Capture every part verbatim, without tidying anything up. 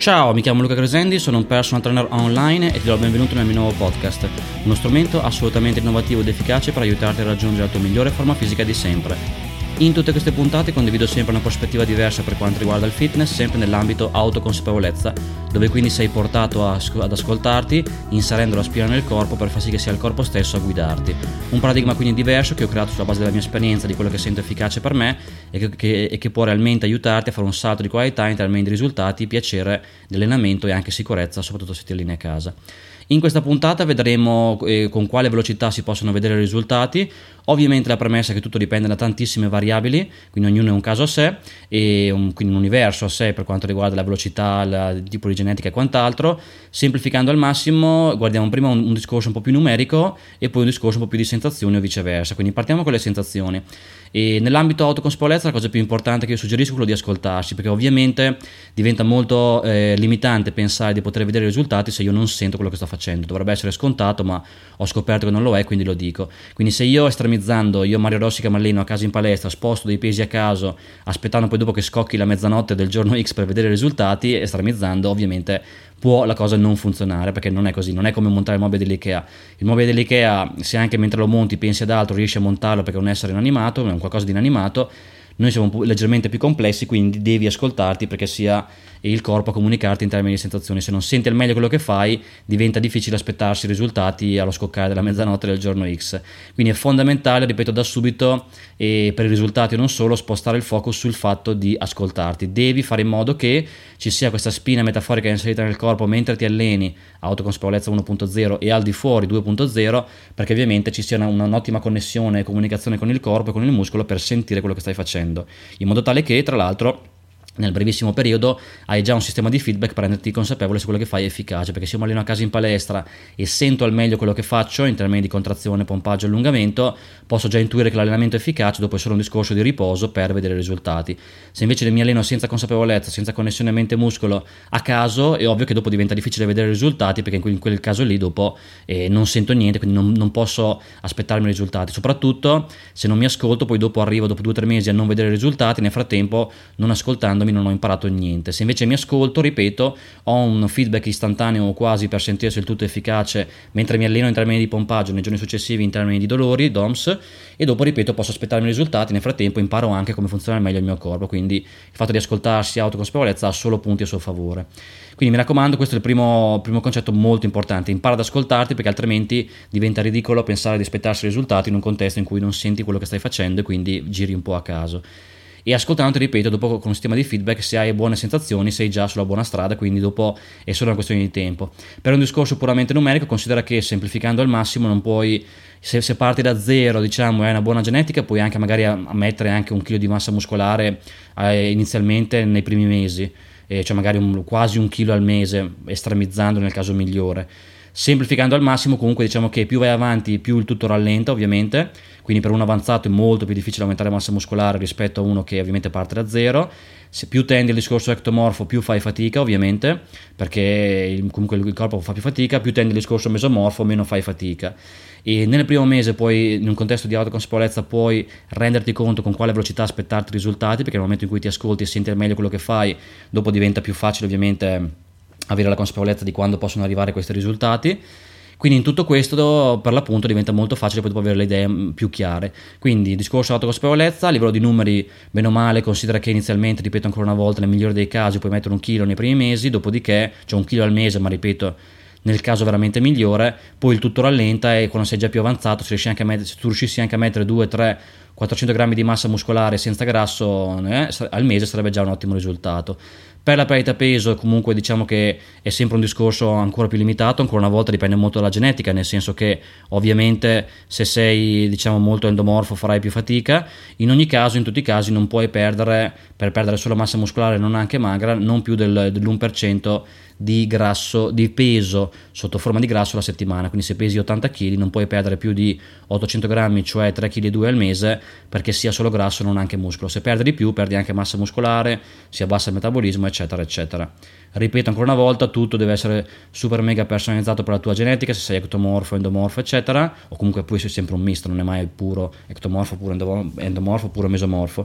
Ciao, mi chiamo Luca Gresendi, sono un personal trainer online e ti do il benvenuto nel mio nuovo podcast, uno strumento assolutamente innovativo ed efficace per aiutarti a raggiungere la tua migliore forma fisica di sempre. In tutte queste puntate condivido sempre una prospettiva diversa per quanto riguarda il fitness, sempre nell'ambito autoconsapevolezza, dove quindi sei portato a, ad ascoltarti, inserendo la spina nel corpo per far sì che sia il corpo stesso a guidarti. Un paradigma quindi diverso che ho creato sulla base della mia esperienza, di quello che sento efficace per me e che, che, e che può realmente aiutarti a fare un salto di qualità in termini di risultati, piacere di allenamento e anche sicurezza, soprattutto se ti alleni a casa. In questa puntata vedremo eh, con quale velocità si possono vedere i risultati. Ovviamente la premessa è che tutto dipende da tantissime variabili, quindi ognuno è un caso a sé e un, quindi un universo a sé per quanto riguarda la velocità, il tipo di genetica e quant'altro. Semplificando al massimo, guardiamo prima un, un discorso un po' più numerico e poi un discorso un po' più di sensazioni o viceversa. Quindi partiamo con le sensazioni. E nell'ambito autoconsapevolezza la cosa più importante che io suggerisco è quello di ascoltarsi, perché ovviamente diventa molto eh, limitante pensare di poter vedere i risultati se io non sento quello che sto facendo. Dovrebbe essere scontato, ma ho scoperto che non lo è, quindi lo dico. Quindi se io estremizzando, io Mario Rossi che mi alleno a casa in palestra, sposto dei pesi a caso, aspettando poi dopo che scocchi la mezzanotte del giorno X per vedere i risultati, estremizzando, ovviamente può la cosa non funzionare, perché non è così, non è come montare il mobile dell'Ikea. Il mobile dell'Ikea, se anche mentre lo monti pensi ad altro, riesci a montarlo perché è un essere inanimato, è un qualcosa di inanimato. Noi siamo un po' leggermente più complessi, quindi devi ascoltarti perché sia il corpo a comunicarti in termini di sensazioni. Se non senti al meglio quello che fai, diventa difficile aspettarsi i risultati allo scoccare della mezzanotte del giorno X. Quindi è fondamentale, ripeto da subito, e per i risultati non solo, spostare il focus sul fatto di ascoltarti. Devi fare in modo che ci sia questa spina metaforica inserita nel corpo mentre ti alleni, autoconsapevolezza uno punto zero, e al di fuori due punto zero, perché ovviamente ci sia una, un'ottima connessione e comunicazione con il corpo e con il muscolo per sentire quello che stai facendo, in modo tale che, tra l'altro, nel brevissimo periodo hai già un sistema di feedback per renderti consapevole se quello che fai è efficace, perché se io mi alleno a casa in palestra e sento al meglio quello che faccio in termini di contrazione, pompaggio e allungamento, posso già intuire che l'allenamento è efficace, dopo è solo un discorso di riposo per vedere i risultati. Se invece mi alleno senza consapevolezza, senza connessione mente-muscolo, a caso, è ovvio che dopo diventa difficile vedere i risultati, perché in quel, in quel caso lì dopo eh, non sento niente, quindi non, non posso aspettarmi i risultati. Soprattutto se non mi ascolto, poi dopo arrivo dopo due o tre mesi a non vedere i risultati, nel frattempo non ascoltando non ho imparato niente. Se invece mi ascolto, ripeto, ho un feedback istantaneo quasi per sentire se il tutto è efficace mentre mi alleno in termini di pompaggio, nei giorni successivi in termini di dolori, D O M S, e dopo, ripeto, posso aspettarmi i risultati. Nel frattempo imparo anche come funziona meglio il mio corpo, quindi il fatto di ascoltarsi, autoconsapevolezza, ha solo punti a suo favore. Quindi mi raccomando, questo è il primo, primo concetto molto importante: impara ad ascoltarti, perché altrimenti diventa ridicolo pensare di aspettarsi i risultati in un contesto in cui non senti quello che stai facendo e quindi giri un po' a caso. E ascoltando, ripeto, dopo con un sistema di feedback, se hai buone sensazioni sei già sulla buona strada, quindi dopo è solo una questione di tempo. Per un discorso puramente numerico, considera che, semplificando al massimo, non puoi, se, se parti da zero, diciamo, e hai una buona genetica, puoi anche magari ammettere anche un chilo di massa muscolare eh, inizialmente nei primi mesi, eh, cioè magari un, quasi un chilo al mese, estremizzando nel caso migliore. Semplificando al massimo, comunque, diciamo che più vai avanti più il tutto rallenta, ovviamente, quindi per un avanzato è molto più difficile aumentare massa muscolare rispetto a uno che ovviamente parte da zero. Se più tendi al discorso ectomorfo, più fai fatica, ovviamente, perché comunque il corpo fa più fatica. Più tendi al discorso mesomorfo, meno fai fatica. E nel primo mese poi, in un contesto di autoconsapevolezza, puoi renderti conto con quale velocità aspettarti i risultati, perché nel momento in cui ti ascolti e senti al meglio quello che fai, dopo diventa più facile, ovviamente, avere la consapevolezza di quando possono arrivare questi risultati. Quindi in tutto questo, per l'appunto, diventa molto facile poi dopo avere le idee più chiare. Quindi discorso autoconsapevolezza, a livello di numeri, bene o male, considera che inizialmente, ripeto ancora una volta, nel migliore dei casi puoi mettere un chilo nei primi mesi, dopodiché, cioè un chilo al mese, ma ripeto, nel caso veramente migliore, poi il tutto rallenta e quando sei già più avanzato, se, riesci anche a mettere, se tu riuscissi anche a mettere due, tre, quattrocento grammi di massa muscolare senza grasso eh, al mese, sarebbe già un ottimo risultato. Per la perdita peso, comunque, diciamo che è sempre un discorso ancora più limitato, ancora una volta dipende molto dalla genetica, nel senso che ovviamente se sei, diciamo, molto endomorfo farai più fatica. In ogni caso, in tutti i casi, non puoi perdere, per perdere solo massa muscolare, non anche magra, non più del, dell'uno per cento di grasso, di peso sotto forma di grasso alla settimana. Quindi se pesi ottanta chili non puoi perdere più di ottocento grammi, cioè tre virgola due chili al mese, perché sia solo grasso, non anche muscolo. Se perdi di più, perdi anche massa muscolare, si abbassa il metabolismo, eccetera eccetera. Ripeto ancora una volta, tutto deve essere super mega personalizzato per la tua genetica, se sei ectomorfo, endomorfo, eccetera, o comunque poi sei sempre un misto, non è mai puro ectomorfo, puro endomorfo, puro mesomorfo.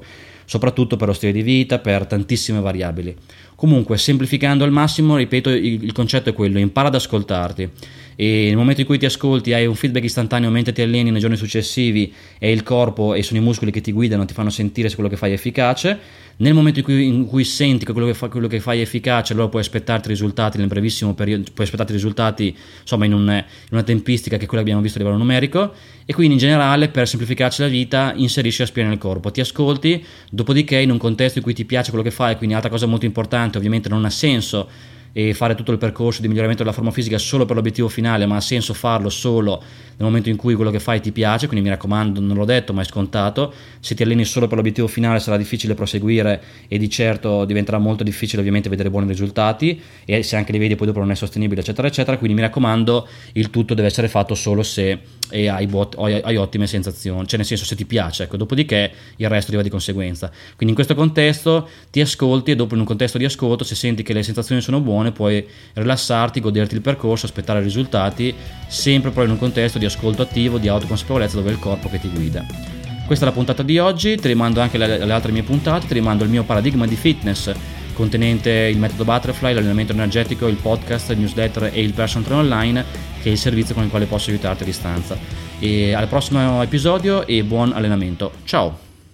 soprattutto per lo stile di vita, per tantissime variabili. Comunque, semplificando al massimo, ripeto, il, il concetto è quello: impara ad ascoltarti, e nel momento in cui ti ascolti hai un feedback istantaneo mentre ti alleni nei giorni successivi, è il corpo e sono i muscoli che ti guidano, ti fanno sentire se quello che fai è efficace. Nel momento in cui, in cui senti che quello che, fa, quello che fai è efficace, allora puoi aspettarti risultati nel brevissimo periodo, puoi aspettarti risultati insomma in, un, in una tempistica che è quella che abbiamo visto a livello numerico. E quindi in generale, per semplificarci la vita, inserisci aspiri nel corpo, ti ascolti, dopodiché in un contesto in cui ti piace quello che fai, quindi altra cosa molto importante, ovviamente non ha senso e fare tutto il percorso di miglioramento della forma fisica solo per l'obiettivo finale, ma ha senso farlo solo nel momento in cui quello che fai ti piace. Quindi mi raccomando, non l'ho detto ma è scontato, se ti alleni solo per l'obiettivo finale sarà difficile proseguire e di certo diventerà molto difficile ovviamente vedere buoni risultati, e se anche li vedi poi dopo non è sostenibile eccetera eccetera. Quindi mi raccomando, il tutto deve essere fatto solo se e hai, buot- hai, hai ottime sensazioni, cioè nel senso se ti piace, ecco, dopodiché il resto arriva di conseguenza. Quindi in questo contesto ti ascolti, e dopo in un contesto di ascolto, se senti che le sensazioni sono buone, puoi rilassarti, goderti il percorso, aspettare risultati, sempre però in un contesto di ascolto attivo, di autoconsapevolezza, dove è il corpo che ti guida. Questa è la puntata di oggi, ti rimando anche alle, alle altre mie puntate, ti rimando il mio paradigma di fitness contenente il metodo Butterfly, l'allenamento energetico, il podcast, il newsletter e il personal trainer online, che è il servizio con il quale posso aiutarti a distanza. E al prossimo episodio e buon allenamento. Ciao!